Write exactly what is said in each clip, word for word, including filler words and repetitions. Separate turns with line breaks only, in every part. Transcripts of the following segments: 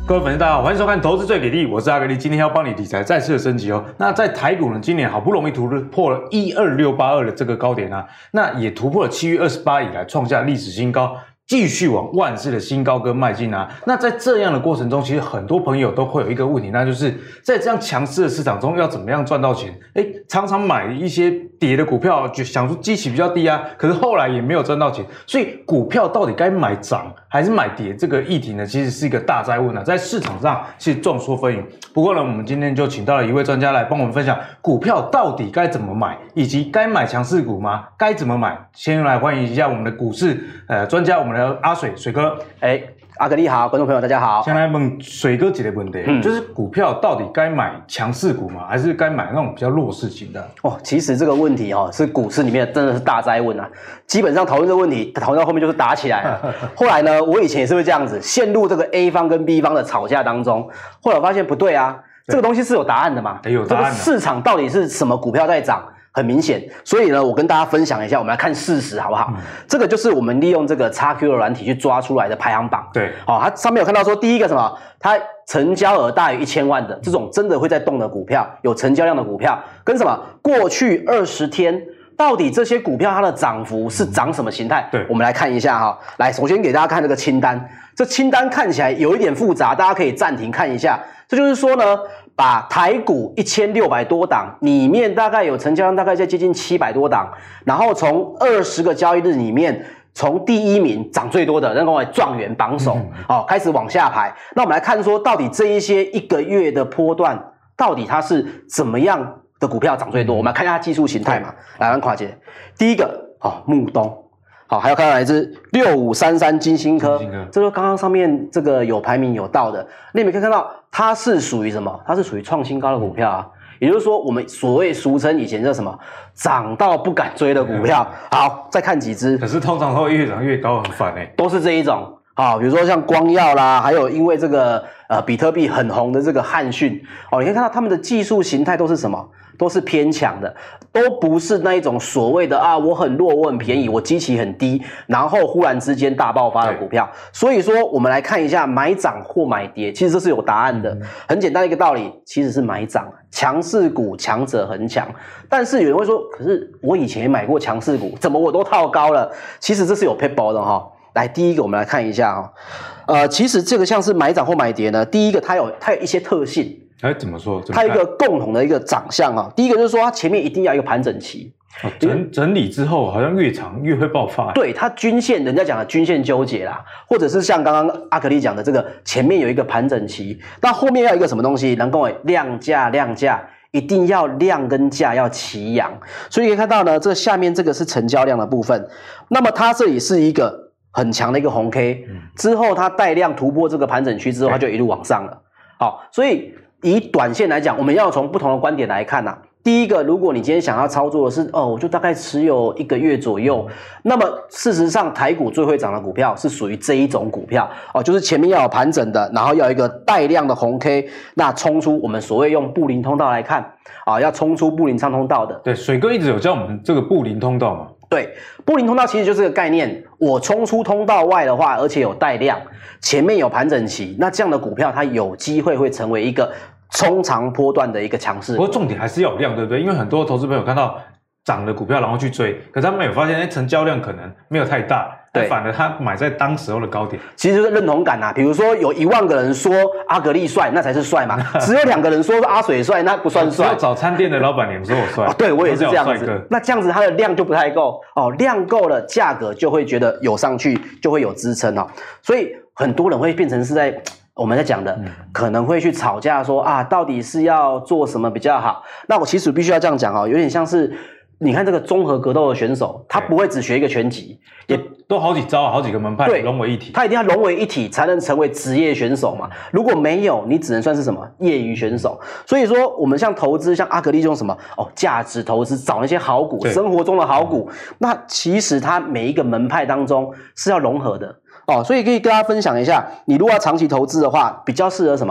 各位粉丝大家好，欢迎收看《投资最给力》，我是阿格力，今天要帮你理财再次的升级哦。那在台股呢，今年好不容易突破了一二六八二的这个高点啊，那也突破了七月二十八以来创下历史新高。继续往万事的新高跟迈进啊！那在这样的过程中，其实很多朋友都会有一个问题，那就是在这样强势的市场中，要怎么样赚到钱？哎，常常买一些跌的股票，就想说基期比较低啊，可是后来也没有赚到钱。所以股票到底该买涨还是买跌？这个议题呢，其实是一个大灾问啊，在市场上是众说纷纭。不过呢，我们今天就请到了一位专家来帮我们分享股票到底该怎么买，以及该买强势股吗？该怎么买？先来欢迎一下我们的股市呃专家，我们的阿水水哥。
哎，阿格力好，观众朋友大家好。
先来问水哥几个问题，嗯、就是股票到底该买强势股吗，还是该买那种比较弱势型的？
哦，其实这个问题哦，是股市里面真的是大灾问啊。基本上讨论这个问题，讨论到后面就是打起来了。后来呢，我以前也是会这样子，陷入这个 A 方跟 B 方的吵架当中。后来我发现不对啊，这个东西是有答案的嘛？
有答案的。
这个市场到底是什么股票在涨？很明显，所以呢，我跟大家分享一下，我们来看事实好不好？嗯、这个就是我们利用这个 X Q 的软体去抓出来的排行榜。
对，
好、哦，它上面有看到说，第一个什么，它成交额大于一千万的这种真的会在动的股票，有成交量的股票，跟什么过去二十天到底这些股票它的涨幅是涨什么形态？
对，
我们来看一下哈。来，首先给大家看这个清单，这清单看起来有一点复杂，大家可以暂停看一下。这就是说呢，把台股一千六百多档里面大概有成交量大概在接近七百多档，然后从二十个交易日里面，从第一名涨最多的，那个状元榜首，好、哦，开始往下排。那我们来看说，到底这一些一个月的波段，到底它是怎么样的股票涨最多？我们来看一下技术形态嘛。来，看跨界，第一个，好、哦，木东。好，还有看到来自六五三三金星科，这个刚刚上面这个有排名有到的，那你们可以看到它是属于什么？它是属于创新高的股票啊，也就是说我们所谓俗称以前叫什么涨到不敢追的股票。好，再看几只，
可是通常都会越涨越高，很烦哎、欸，
都是这一种。好，比如说像光耀啦，还有因为这个呃比特币很红的这个汉讯哦，你可以看到他们的技术形态都是什么？都是偏强的，都不是那一种所谓的啊我很弱我很便宜我基期很低，然后忽然之间大爆发的股票。所以说我们来看一下买涨或买跌，其实这是有答案的，嗯、很简单的一个道理，其实是买涨，强势股强者恒强。但是有人会说，可是我以前也买过强势股，怎么我都套高了？其实这是有 pitbull 的哈。来，第一个我们来看一下哈，呃，其实这个像是买涨或买跌呢，第一个它有它有一些特性。
哎，怎么说？
它有一个共同的一个长相啊。第一个就是说，它前面一定要一个盘整期，
哦、整整理之后，好像越长越会爆发。
对，它均线，人家讲的均线纠结啦，或者是像刚刚阿格力讲的这个，前面有一个盘整期，那后面要一个什么东西？能够量价量价，一定要量跟价要齐扬。所以可以看到呢，这下面这个是成交量的部分，那么它这里是一个很强的一个红 K，、嗯、之后它带量突破这个盘整区之后，它就一路往上了。好，所以以短线来讲，我们要从不同的观点来看啊。第一个，如果你今天想要操作的是哦，我就大概持有一个月左右，那么事实上台股最会涨的股票是属于这一种股票哦，就是前面要有盘整的，然后要有一个带量的红 K， 那冲出我们所谓用布林通道来看啊、哦，要冲出布林上通道的。
对，水哥一直有教我们这个布林通道嘛。
对，布林通道其实就是这个概念，我冲出通道外的话，而且有带量，前面有盘整期，那这样的股票它有机会会成为一个冲长波段的一个强势。
不过重点还是要有量，对不对？因为很多投资朋友看到涨的股票然后去追，可是他们有发现，哎，成交量可能没有太大，对，反而他买在当时候的高点，
其实就是认同感啊。比如说有一万个人说阿格力帅，那才是帅嘛；只有两个人说阿水帅，那不算帅。
只有早餐店的老板娘说我帅、
哦，对我也是这样子。那这样子它的量就不太够哦，量够了，价格就会觉得有上去，就会有支撑哦。所以很多人会变成是在。我们在讲的、嗯、可能会去吵架说啊，到底是要做什么比较好？那我其实必须要这样讲哦，有点像是你看这个综合格斗的选手，他不会只学一个拳击，
也都好几招，好几个门派融为一体，
他一定要融为一体才能成为职业选手嘛。如果没有，你只能算是什么业余选手。所以说，我们像投资，像阿格力这种什么哦，价值投资，找那些好股，生活中的好股，那其实它每一个门派当中是要融合的。哦，所以可以跟大家分享一下，你如果要长期投资的话，比较适合什么？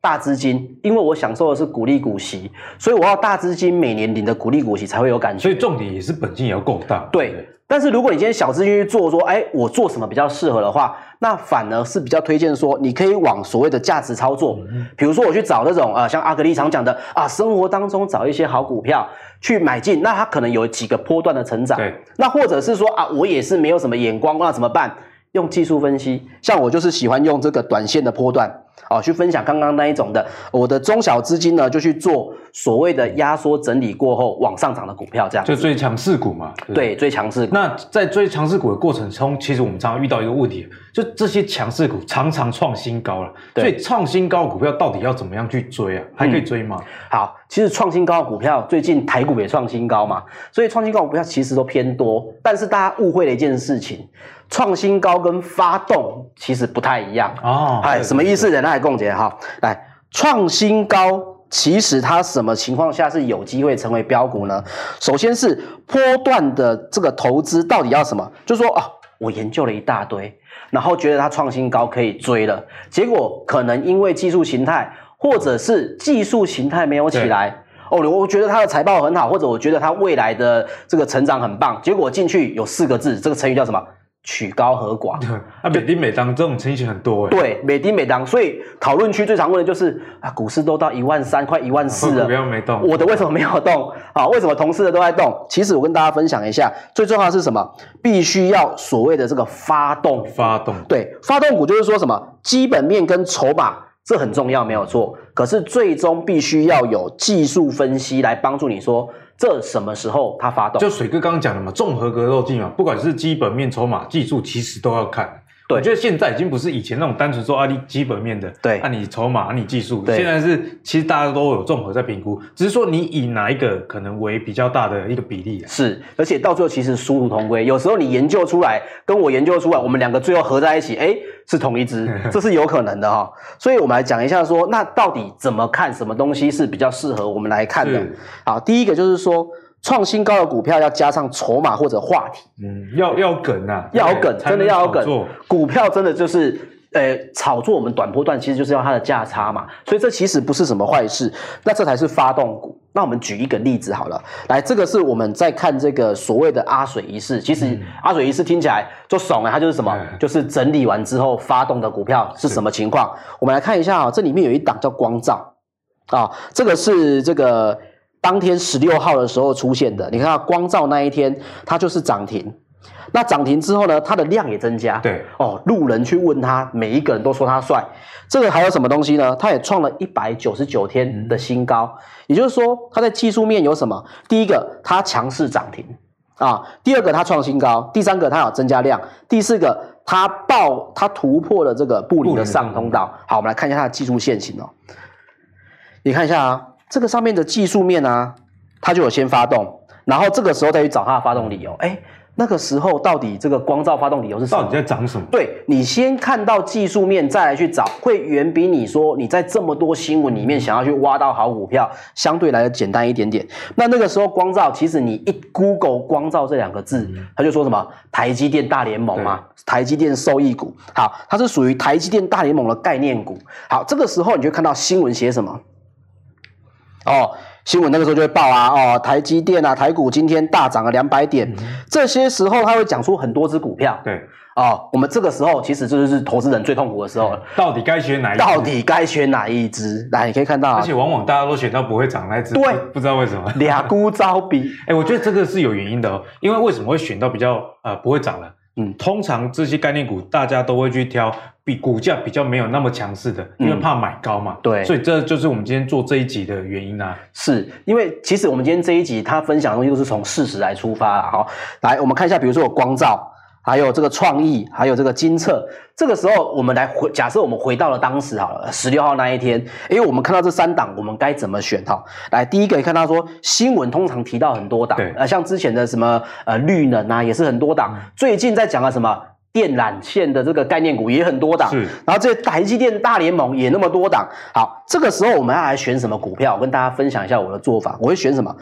大资金，因为我享受的是股利股息，所以我要大资金每年领的股利股息才会有感觉。
所以重点也是本金也要够大。
对。对，但是如果你今天小资金去做说，哎，我做什么比较适合的话，那反而是比较推荐说，你可以往所谓的价值操作，嗯、比如说我去找那种呃，像阿格力常讲的啊，生活当中找一些好股票去买进，那它可能有几个波段的成长。
对，
那或者是说啊，我也是没有什么眼光，那怎么办？用技术分析，像我就是喜欢用这个短线的波段哦，去分享刚刚那一种的，我的中小资金呢就去做所谓的压缩整理过后往上涨的股票，这样
就追强势股嘛。
对，对追强势股。
那在追强势股的过程中，其实我们常常遇到一个问题，就这些强势股常常创新高了，所以创新高的股票到底要怎么样去追啊？还可以追吗？嗯、
好，其实创新高的股票，最近台股也创新高嘛，所以创新高的股票其实都偏多，但是大家误会了一件事情。创新高跟发动其实不太一样哦，哎，什么意思？人来共结哈，来创新高，其实它什么情况下是有机会成为标股呢？首先是波段的这个投资到底要什么？就是说啊，我研究了一大堆，然后觉得它创新高可以追了，结果可能因为技术形态或者是技术形态没有起来。哦，我觉得它的财报很好，或者我觉得它未来的这个成长很棒，结果进去有四个字，这个成语叫什么？取高和寡。
啊，美丁美当这种情形很多哎。
对，美丁美当，所以讨论区最常问的就是啊，股市都到一万三，快一万四了，
股票没动，
我的为什么没有动？啊，为什么同事的都在动？其实我跟大家分享一下，最重要的是什么？必须要所谓的这个发动。
发动。
对，发动股就是说什么？基本面跟筹码。这很重要，没有错。可是最终必须要有技术分析来帮助你说，这什么时候它发动？
就水哥刚刚讲的嘛，综合格斗技嘛，不管是基本面、筹码、技术，其实都要看。对，我觉得现在已经不是以前那种单纯说啊，你基本面的，对，啊你筹码、啊你技术，现在是其实大家都有综合在评估，只是说你以哪一个可能为比较大的一个比例、啊。
是，而且到最后其实殊途同归，有时候你研究出来跟我研究出来，我们两个最后合在一起，哎，是同一只，这是有可能的哈、哦。所以我们来讲一下说，那到底怎么看什么东西是比较适合我们来看的？好，第一个就是说。创新高的股票要加上筹码或者话题，
嗯，要要梗啊，
要有梗，真的要有梗。股票真的就是，呃，炒作我们短波段其实就是要它的价差嘛，所以这其实不是什么坏事。那这才是发动股。那我们举一个例子好了，来，这个是我们在看这个所谓的阿水仪式。其实阿水仪式听起来就爽了，它就是什么？嗯、就是整理完之后发动的股票是什么情况？我们来看一下啊、哦，这里面有一档叫光罩啊，这个是这个。当天十六号的时候出现的，你看到光罩那一天，它就是涨停。那涨停之后呢，它的量也增加。
对
哦，路人去问他，每一个人都说他帅。这个还有什么东西呢？它也创了一百九十九天的新高。嗯、也就是说，它在技术面有什么？第一个，它强势涨停啊；第二个，它创新高；第三个，它有增加量；第四个，它爆，它突破了这个布林的上通道。好，我们来看一下它的技术线型哦。你看一下啊。这个上面的技术面啊，它就有先发动，然后这个时候再去找它的发动理由。哎，那个时候到底这个光罩发动理由是什么？
到底在涨什么？
对，你先看到技术面再来去找，会远比你说你在这么多新闻里面想要去挖到好股票，相对来的简单一点点。那那个时候光罩，其实你一 Google 光罩这两个字，嗯、他就说什么台积电大联盟嘛，台积电受益股。好，它是属于台积电大联盟的概念股。好，这个时候你就看到新闻写什么？哦，新闻那个时候就会报啊，哦，台积电啊，台股今天大涨了两百点，嗯、这些时候他会讲出很多只股票。对，哦，我们这个时候其实这就是投资人最痛苦的时候了。
到底该选哪一只？
到底该选哪一只？来，你可以看到、啊，
而且往往大家都选到不会涨那一只，对，不知道为什么。
俩孤招比，
哎，我觉得这个是有原因的哦，因为为什么会选到比较呃不会涨的？嗯，通常这些概念股大家都会去挑比股价比较没有那么强势的，因为怕买高嘛。嗯、对，所以这就是我们今天做这一集的原因啊。
是因为其实我们今天这一集它分享的东西都是从事实来出发啦。好，来我们看一下，比如说有光罩，还有这个创意，还有这个精测。这个时候我们来回假设我们回到了当时好了，十六号那一天，因为我们看到这三档，我们该怎么选哈？来，第一个看到说新闻通常提到很多档，呃，像之前的什么呃绿能啊，也是很多档。嗯、最近在讲了什么电缆线的这个概念股也很多档，是。然后这台积电大联盟也那么多档。好，这个时候我们要来选什么股票？我跟大家分享一下我的做法，我会选什么？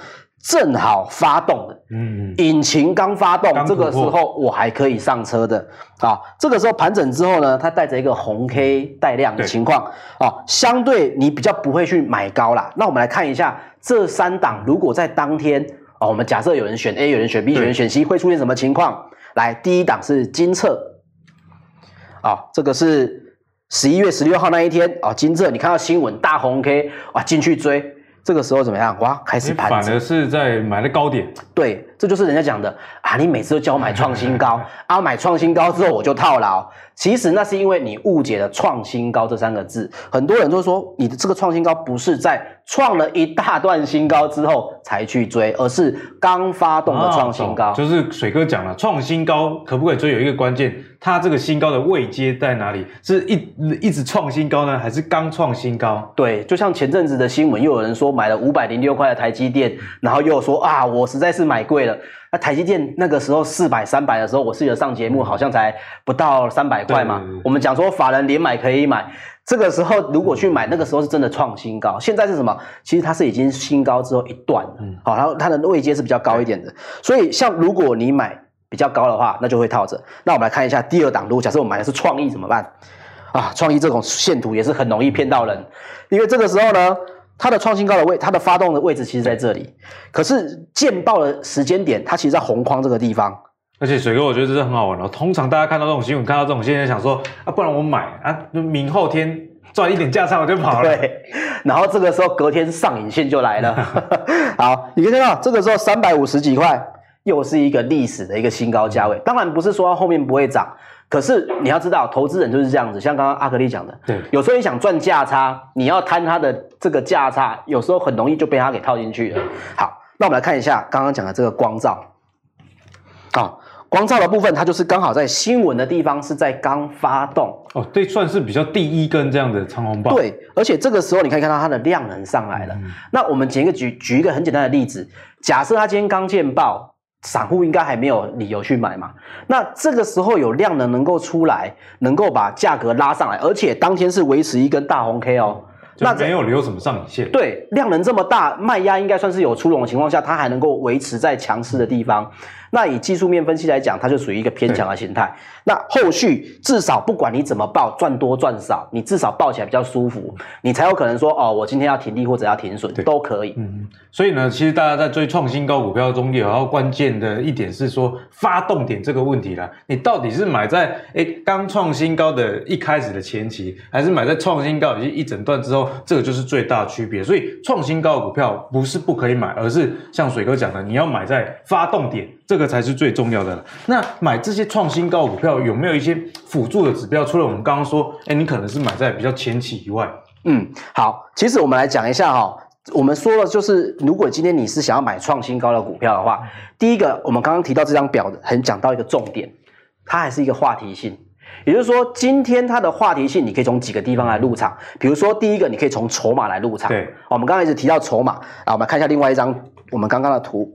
正好发动的，嗯，引擎刚发动，这个时候我还可以上车的啊。这个时候盘整之后呢，它带着一个红 K 带量的情况啊，相对你比较不会去买高啦。那我们来看一下这三档，如果在当天哦，我们假设有人选 A， 有人选 B， 有人选 C， 会出现什么情况？来，第一档是金策，啊，这个是十一月十六号那一天啊，金策，你看到新闻大红 K， 哇，进去追。这个时候怎么样？哇，开始盘整，
反而是在买的高点。
对，这就是人家讲的啊，你每次都叫我买创新高啊，买创新高之后我就套牢。其实那是因为你误解了创新高这三个字。很多人都说你的这个创新高不是在创了一大段新高之后才去追，而是刚发动的创新高。
哦、就是水哥讲了，创新高可不可以追？有一个关键，它这个新高的位阶在哪里？是一一直创新高呢，还是刚创新高？
对，就像前阵子的新闻，又有人说买了五百零六块的台积电，然后又说啊，我实在是买贵了。那台积电那个时候四百、三百的时候，我记得上节目好像才不到三百块嘛。我们讲说法人连买可以买，这个时候如果去买，那个时候是真的创新高。现在是什么？其实它是已经新高之后一段了，嗯，好，然后它的位阶是比较高一点的。所以像如果你买比较高的话，那就会套着。那我们来看一下第二档，如果假设我买的是创意怎么办？啊，创意这种线图也是很容易骗到人，因为这个时候呢。它的创新高的位，它的发动的位置其实在这里，可是见报的时间点，它其实在红框这个地方。
而且水哥，我觉得这是很好玩哦。通常大家看到这种新闻，看到这种现象，想说啊，不然我买啊，明后天赚一点价差我就跑了。
对，然后这个时候隔天上影线就来了。好，你可以看到这个时候三百五十几块，又是一个历史的一个新高价位。当然不是说它后面不会涨。可是你要知道，投资人就是这样子，像刚刚阿格力讲的，
对，
有时候你想赚价差，你要贪它的这个价差，有时候很容易就被它给套进去了。好，那我们来看一下刚刚讲的这个光罩，哦，光罩的部分，它就是刚好在新闻的地方是在刚发动，
哦，这算是比较第一根这样的长红棒。
对，而且这个时候你可以看到它的量能上来了。嗯、那我们举一个举举一个很简单的例子，假设它今天刚见报。散户应该还没有理由去买嘛，那这个时候有量能能够出来，能够把价格拉上来，而且当天是维持一根大红 K 哦，
那没有留什么上影线。
对，量能这么大，卖压应该算是有出笼的情况下，它还能够维持在强势的地方。那以技术面分析来讲，它就属于一个偏强的形态。那后续至少不管你怎么报，赚多赚少，你至少报起来比较舒服，你才有可能说哦，我今天要停利或者要停损都可以。
嗯，所以呢，其实大家在追创新高股票中，有要关键的一点是说发动点这个问题啦。你到底是买在哎刚创新高的一开始的前期，还是买在创新高已经一整段之后？这个就是最大的区别。所以创新高的股票不是不可以买，而是像水哥讲的，你要买在发动点。这个才是最重要的了。那买这些创新高股票有没有一些辅助的指标？除了我们刚刚说，哎，你可能是买在比较前期以外，
嗯，好，其实我们来讲一下哈、哦，我们说了，就是如果今天你是想要买创新高的股票的话，第一个我们刚刚提到这张表的，很讲到一个重点，它还是一个话题性。也就是说，今天它的话题性，你可以从几个地方来入场。比如说，第一个，你可以从筹码来入场。
对，
我们刚才一直提到筹码，啊，我们来看一下另外一张我们刚刚的图。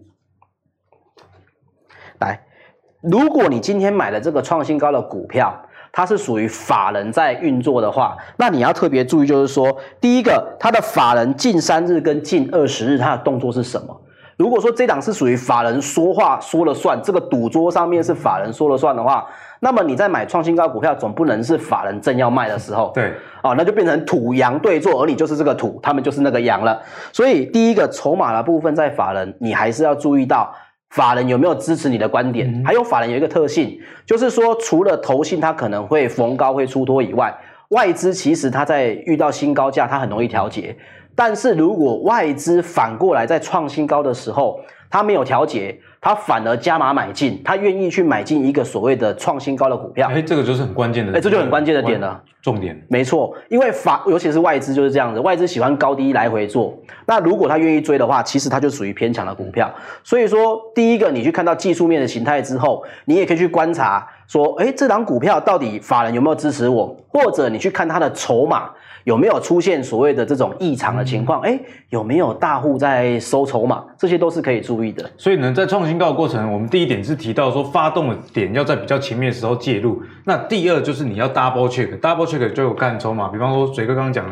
来，如果你今天买的这个创新高的股票，它是属于法人在运作的话，那你要特别注意，就是说，第一个，它的法人近三日跟近二十日，它的动作是什么？如果说这档是属于法人说话说了算，这个赌桌上面是法人说了算的话，那么你在买创新高股票，总不能是法人正要卖的时候，
对，
哦，那就变成土洋对坐，而你就是这个土，他们就是那个洋了。所以第一个筹码的部分在法人，你还是要注意到。法人有没有支持你的观点？嗯、还有法人有一个特性，就是说除了投信它可能会逢高会出脱以外，外资其实它在遇到新高价，它很容易调节。但是如果外资反过来在创新高的时候，它没有调节，它反而加码买进，它愿意去买进一个所谓的创新高的股票，
哎，这个就是很关键的，
哎，这就很关键的点了，
重点，
没错，因为法尤其是外资就是这样子，外资喜欢高低来回做，那如果他愿意追的话，其实它就属于偏强的股票。所以说，第一个你去看到技术面的形态之后，你也可以去观察说，哎，这档股票到底法人有没有支持我，或者你去看它的筹码。有没有出现所谓的这种异常的情况？哎，有没有大户在收筹码？这些都是可以注意的。
所以呢，在创新高的过程，我们第一点是提到说，发动的点要在比较前面的时候介入。那第二就是你要 double check，double check 就有看筹码。比方说水哥刚刚讲的，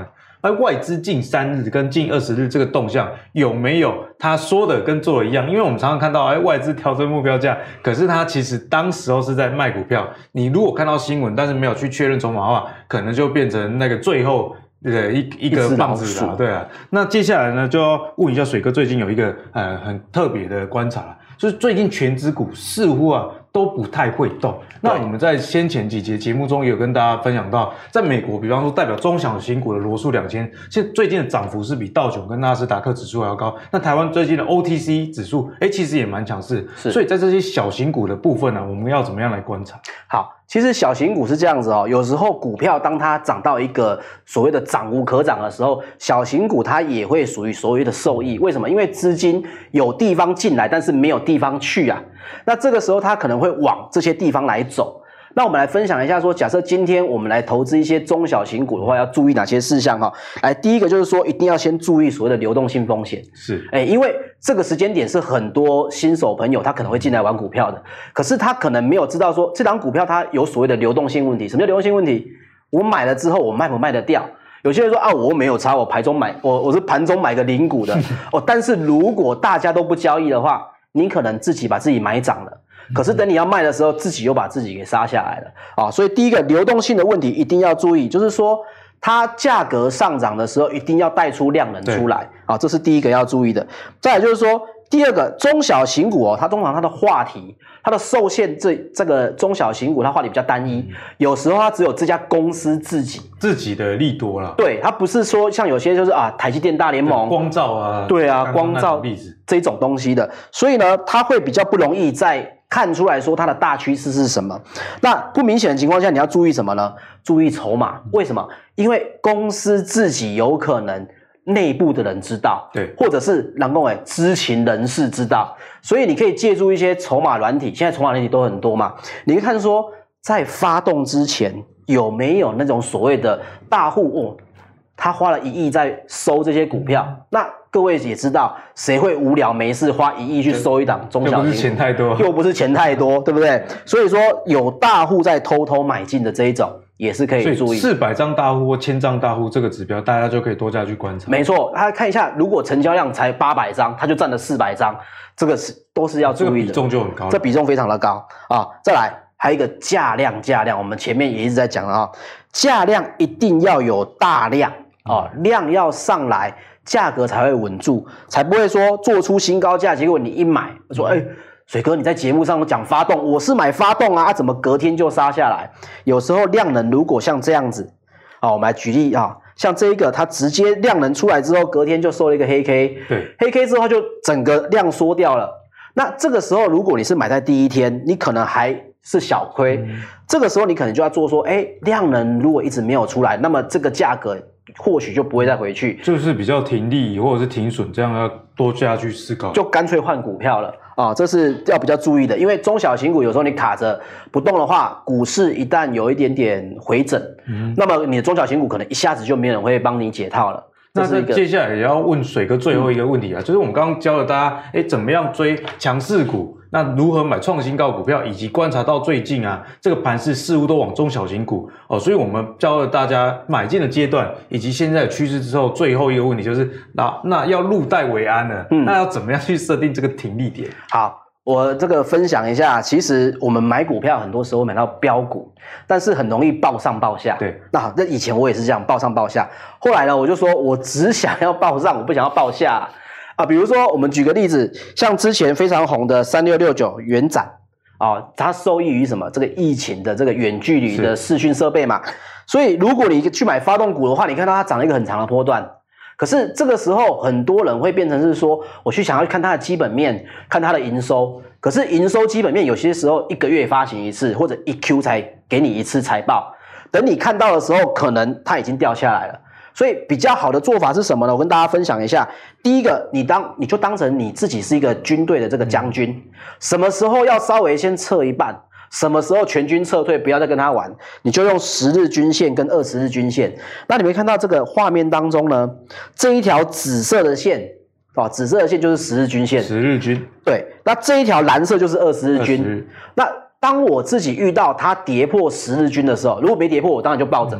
而外资近三日跟近二十日这个动向有没有他说的跟做的一样？因为我们常常看到，哎，外资调整目标价，可是他其实当时候是在卖股票。你如果看到新闻，但是没有去确认筹码的话，可能就变成那个最后的一一个棒子啦，对啊。那接下来呢，就要问一下水哥，最近有一个呃很特别的观察啦，就是最近全指股似乎啊都不太会动。那我们在先前几节节目中也有跟大家分享到，在美国，比方说代表中小型股的罗素两千，现在最近的涨幅是比道琼跟纳斯达克指数还要高。那台湾最近的 O T C 指数，哎，其实也蛮强势。所以在这些小型股的部分呢、啊，我们要怎么样来观察？
好，其实小型股是这样子哦，有时候股票当它涨到一个所谓的涨无可涨的时候，小型股它也会属于所谓的受益。为什么？因为资金有地方进来，但是没有地方去啊。那这个时候它可能会往这些地方来走。那我们来分享一下说，假设今天我们来投资一些中小型股的话，要注意哪些事项哈？来，第一个就是说，一定要先注意所谓的流动性风险。
是，
哎，因为这个时间点是很多新手朋友他可能会进来玩股票的，可是他可能没有知道说，这档股票它有所谓的流动性问题。什么叫流动性问题？我买了之后，我卖不卖得掉？有些人说啊，我没有差，我盘中买，我我是盘中买个零股的哦。但是如果大家都不交易的话，你可能自己把自己买涨了。可是等你要卖的时候，自己又把自己给杀下来了啊！所以第一个流动性的问题一定要注意，就是说它价格上涨的时候，一定要带出量能出来啊，这是第一个要注意的。再来就是说，第二个中小型股哦，它通常它的话题、它的受限这这个中小型股，它话题比较单一，有时候它只有这家公司自己
自己的利多啦。
对，它不是说像有些就是啊，台积电大联盟、
光罩啊，
对啊，光罩
例子
这种东西的，所以呢，它会比较不容易在看出来说它的大趋势是什么。那不明显的情况下，你要注意什么呢？注意筹码。为什么？因为公司自己有可能内部的人知道，
对，
或者是人工诶知情人士知道，所以你可以借助一些筹码软体，现在筹码软体都很多嘛，你可以看说在发动之前有没有那种所谓的大户哦，他花了一亿在收这些股票，那各位也知道，谁会无聊没事花一亿去收一档中小型股？
又不是钱太多，
又不是钱太多，对不对？所以说有大户在偷偷买进的这一种，也是可以注意。
四百张大户或千张大户这个指标，大家就可以多加去观察。
没错，他看一下，如果成交量才八百张，他就占了四百张，这个是都是要注意的。
这个比重就很高，
这比重非常的高啊！再来，还有一个价量，价量，我们前面也一直在讲啊，价量一定要有大量啊，量要上来。价格才会稳住，才不会说做出新高价，结果你一买，说哎，水哥你在节目上讲发动，我是买发动啊，啊怎么隔天就杀下来？有时候量能如果像这样子，好，我们来举例啊，像这一个它直接量能出来之后，隔天就收了一个黑 K，
对，
黑 K 之后就整个量缩掉了。那这个时候如果你是买在第一天，你可能还是小亏，嗯、这个时候你可能就要做说，哎，量能如果一直没有出来，那么这个价格或许就不会再回去，
就是比较停利或者是停损，这样要多加去思考，
就干脆换股票了啊，这是要比较注意的。因为中小型股有时候你卡着不动的话，股市一旦有一点点回整，嗯、那么你的中小型股可能一下子就没有人会帮你解套了。
那这接下来也要问水哥最后一个问题啊，嗯、就是我们刚刚教了大家，哎，怎么样追强势股？那如何买创新高股票，以及观察到最近啊，这个盘势似乎都往中小型股哦，所以我们教了大家买进的阶段，以及现在的趋势之后，最后一个问题就是，那那要入袋为安了，嗯、那要怎么样去设定这个停利点？
好，我这个分享一下，其实我们买股票很多时候买到标股，但是很容易报上报下。
对，
那好，那以前我也是这样报上报下，后来呢，我就说我只想要报上，我不想要报下。啊，比如说我们举个例子，像之前非常红的三六六九元展啊，它受益于什么？这个疫情的这个远距离的视讯设备嘛。所以如果你去买发动股的话，你看到它涨了一个很长的波段，可是这个时候很多人会变成是说，我去想要看它的基本面，看它的营收，可是营收基本面有些时候一个月发行一次，或者一 Q 才给你一次财报，等你看到的时候，可能它已经掉下来了。所以比较好的做法是什么呢？我跟大家分享一下。第一个，你当你就当成你自己是一个军队的这个将军，什么时候要稍微先撤一半，什么时候全军撤退，不要再跟他玩，你就用十日均线跟二十日均线。那你会看到这个画面当中呢，这一条紫色的线，哦，紫色的线就是十日均线，
十日均。
对，那这一条蓝色就是二十日均。二十。那当我自己遇到它跌破十日均的时候，如果没跌破，我当然就抱着。嗯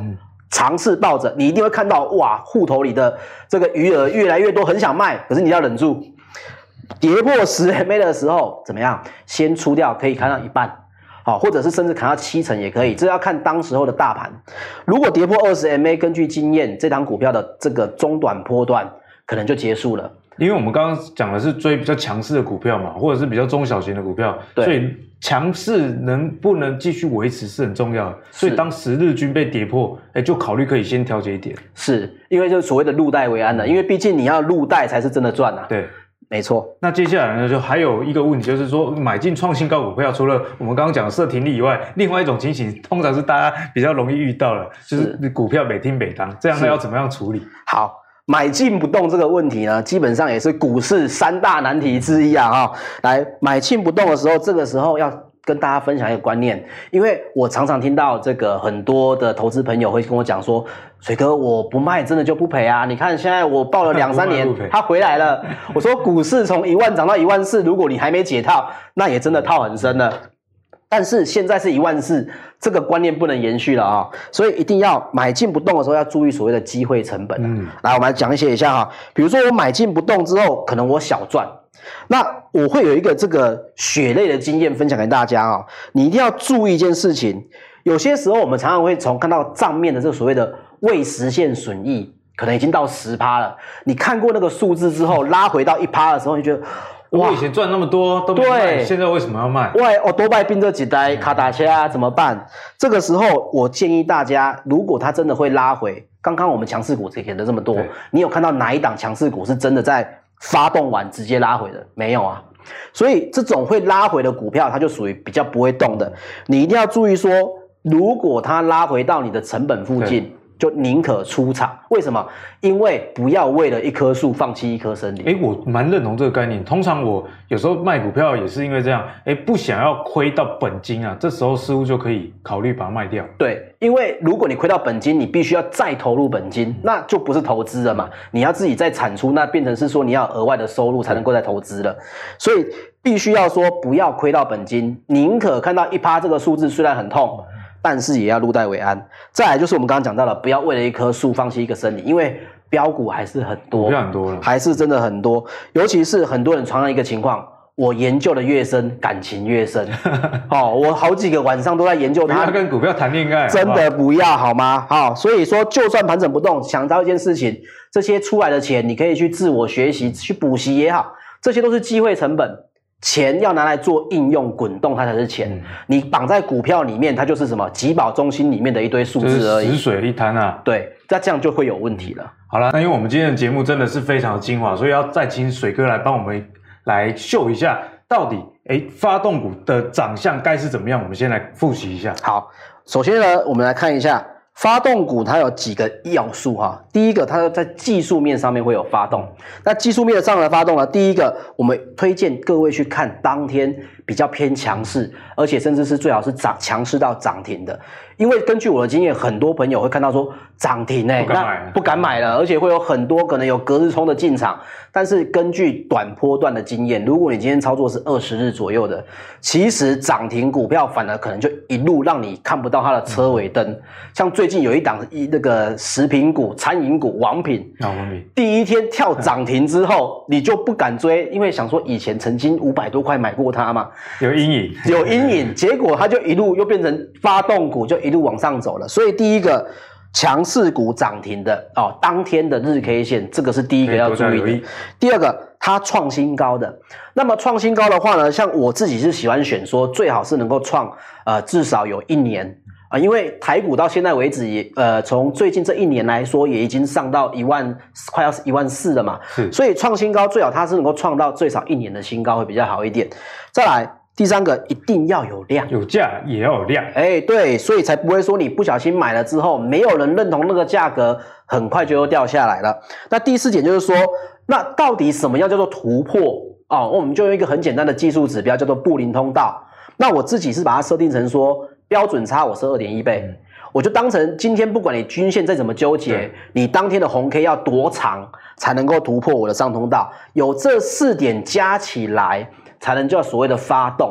尝试抱着，你一定会看到哇，户头里的这个余额越来越多，很想卖，可是你要忍住。跌破 十 M A 的时候怎么样？先出掉，可以看到一半，好，或者是甚至看到七成也可以，这要看当时候的大盘。如果跌破 二十 M A， 根据经验，这档股票的这个中短波段可能就结束了。
因为我们刚刚讲的是追比较强势的股票嘛，或者是比较中小型的股票，所以强势能不能继续维持是很重要的。所以当十日均被跌破，哎，就考虑可以先调节一点。
是因为就是所谓的入袋为安的，因为毕竟你要入袋才是真的赚啊。
对。
没错，
那接下来呢，就还有一个问题，就是说买进创新高股票，除了我们刚刚讲的设停利以外，另外一种情形，通常是大家比较容易遇到的，就是股票每听每当，这样呢要怎么样处理？
好，买进不动这个问题呢，基本上也是股市三大难题之一啊！哈，来买进不动的时候，这个时候要跟大家分享一个观念，因为我常常听到这个很多的投资朋友会跟我讲说，水哥我不卖真的就不赔啊！你看现在我抱了两三年，它回来了。我说股市从一万涨到一万四，如果你还没解套，那也真的套很深了。但是现在是一万四，这个观念不能延续了啊、哦！所以一定要买进不动的时候要注意所谓的机会成本。嗯，来我们来讲一些一下哈，比如说我买进不动之后，可能我小赚。那我会有一个这个血泪的经验分享给大家啊、哦，你一定要注意一件事情。有些时候我们常常会从看到账面的这个所谓的未实现损益，可能已经到 百分之十 了。你看过那个数字之后，拉回到 百分之一 的时候，你觉得
我以前赚那么多都没卖，现在为什么要卖？
喂，我多卖并这几台卡达车啊，怎么办？这个时候我建议大家，如果它真的会拉回，刚刚我们强势股给的这么多，你有看到哪一档强势股是真的在发动完直接拉回的？没有啊。所以这种会拉回的股票，它就属于比较不会动的。你一定要注意说，如果它拉回到你的成本附近，就宁可出场。为什么？因为不要为了一棵树放弃一棵森林。
哎，我蛮认同这个概念。通常我有时候卖股票也是因为这样，哎，不想要亏到本金啊，这时候似乎就可以考虑把它卖掉。
对，因为如果你亏到本金，你必须要再投入本金，那就不是投资了嘛。你要自己再产出，那变成是说你要额外的收入才能够再投资了。所以必须要说不要亏到本金，宁可看到 百分之一 这个数字虽然很痛。但是也要入袋为安。再来就是我们刚刚讲到了，不要为了一棵树放弃一个森林，因为标股还是很多，
很多了，
还是真的很多。尤其是很多人传到一个情况，我研究的越深，感情越深。哦，我好几个晚上都在研究它，
不要跟股票谈恋爱，
真的不要好吗？好、哦，所以说就算盘整不动，想到一件事情，这些出来的钱，你可以去自我学习，去补习也好，这些都是机会成本。钱要拿来做应用滚动，它才是钱。嗯、你绑在股票里面，它就是什么集保中心里面的一堆数字而已，
死水一滩啊。
对，那这样就会有问题了。
好了，那因为我们今天的节目真的是非常的精华，所以要再请水哥来帮我们来秀一下，到底哎发动股的长相该是怎么样？我们先来复习一下。
好，首先呢，我们来看一下。发动股它有几个要素哈，第一个它在技术面上面会有发动，那技术面上的发动呢，第一个我们推荐各位去看当天比较偏强势，而且甚至是最好是涨强势到涨停的，因为根据我的经验，很多朋友会看到说涨停哎、欸，那不敢买了，而且会有很多可能有隔日冲的进场，但是根据短波段的经验，如果你今天操作是二十日左右的，其实涨停股票反而可能就一路让你看不到它的车尾灯，嗯、像最近有一档一那个食品股、餐饮股王品，
啊王品，
第一天跳涨停之后，你就不敢追，因为想说以前曾经五百多块买过它嘛，
有阴影，
有阴影，结果它就一路又变成发动股，就一路往上走了。所以第一个强势股涨停的哦，当天的日 K 线，这个是第一个要注意的。第二个，它创新高的，那么创新高的话呢，像我自己是喜欢选说，最好是能够创呃至少有一年。啊、呃，因为台股到现在为止也，呃，从最近这一年来说，也已经上到一万，快要一万四了嘛。是，所以创新高最好它是能够创到最少一年的新高会比较好一点。再来第三个，一定要有量，
有价也要有量。
哎，对，所以才不会说你不小心买了之后，没有人认同那个价格，很快就又掉下来了。那第四点就是说，那到底什么样叫做突破？哦，我们就用一个很简单的技术指标，叫做布林通道。那我自己是把它设定成说。标准差我是 二点一 倍、嗯，我就当成今天不管你均线再怎么纠结，你当天的红 K 要多长才能够突破我的上通道？有这四点加起来，才能叫所谓的发动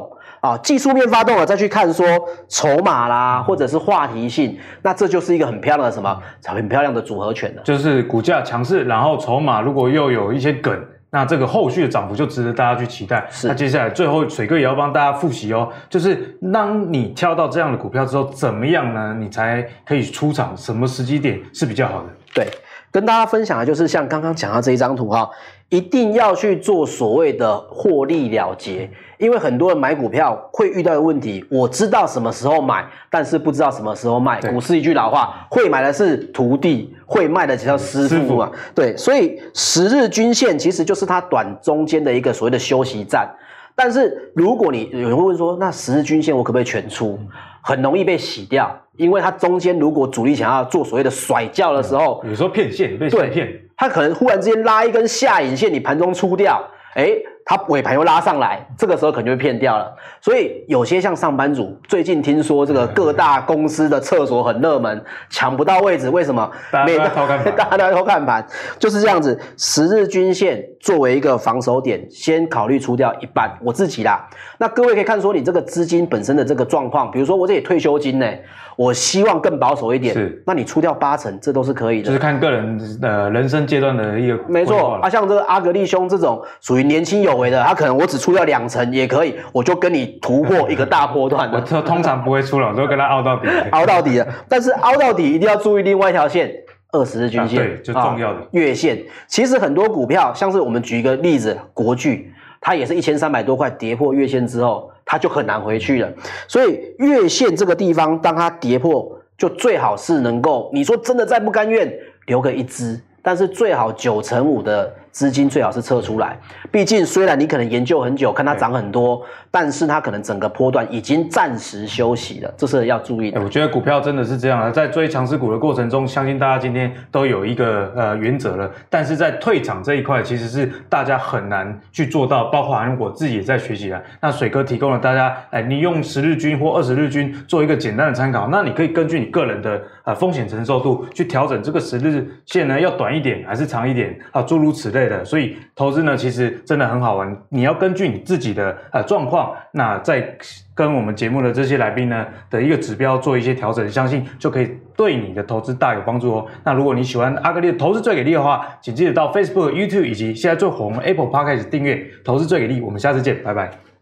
啊，技术面发动了，再去看说筹码啦，或者是话题性，那这就是一个很漂亮的什么，很漂亮的组合拳了。
就是股价强势，然后筹码如果又有一些梗，那这个后续的涨幅就值得大家去期待。
是，
那接下来最后水哥也要帮大家复习哦，就是当你挑到这样的股票之后，怎么样呢？你才可以出场？什么时机点是比较好的？
对，跟大家分享的就是像刚刚讲到这一张图哈，一定要去做所谓的获利了结，因为很多人买股票会遇到的问题，我知道什么时候买，但是不知道什么时候卖。股市一句老话，会买的是徒弟，会卖的才叫师傅嘛。对，所以十日均线其实就是它短中间的一个所谓的休息站。但是如果你有人会问说，那十日均线我可不可以全出？很容易被洗掉，因为它中间如果主力想要做所谓的甩轿的时候，
有时候骗线被线骗，
它可能忽然之间拉一根下影线，你盘中出掉，哎，它尾盘又拉上来，这个时候可能就会骗掉了。所以有些像上班族，最近听说这个各大公司的厕所很热门，抢不到位置，为什么？
大家都在偷看盘，
大家都在偷看盘，就是这样子。十日均线作为一个防守点，先考虑出掉一半。我自己啦，那各位可以看说你这个资金本身的这个状况，比如说我这里退休金呢，我希望更保守一点，
是，
那你出掉八成，这都是可以的，
就是看个人呃人生阶段的一个
没错啊，像这个阿格力兄这种属于年轻有为的，他可能我只出掉两成也可以，我就跟你突破一个大波段了。
我通常不会出了，我都跟他凹到底，
凹到底了。但是凹到底一定要注意另外一条线。二十日均线、啊、
对，就重要的、啊、
月线。其实很多股票，像是我们举一个例子，国巨，它也是一千三百多块跌破月线之后，它就很难回去了。所以月线这个地方，当它跌破，就最好是能够，你说真的再不甘愿，留个一支，但是最好九成五的资金最好是撤出来。毕竟虽然你可能研究很久，看它涨很多，但是它可能整个波段已经暂时休息了，这是要注意的。
欸、我觉得股票真的是这样的，在追强势股的过程中，相信大家今天都有一个呃原则了。但是在退场这一块，其实是大家很难去做到，包括我自己也在学习啊。那水哥提供了大家，哎、欸，你用十日均或二十日均做一个简单的参考，那你可以根据你个人的呃风险承受度去调整这个十日线呢，要短一点还是长一点啊，诸如此类的。所以投资呢，其实真的很好玩，你要根据你自己的呃状况，那再跟我们节目的这些来宾呢的一个指标做一些调整，相信就可以对你的投资大有帮助哦。那如果你喜欢阿格力的投资最给力的话，请记得到 Facebook、YouTube 以及现在最红 Apple Podcast 订阅投资最给力。我们下次见，拜拜。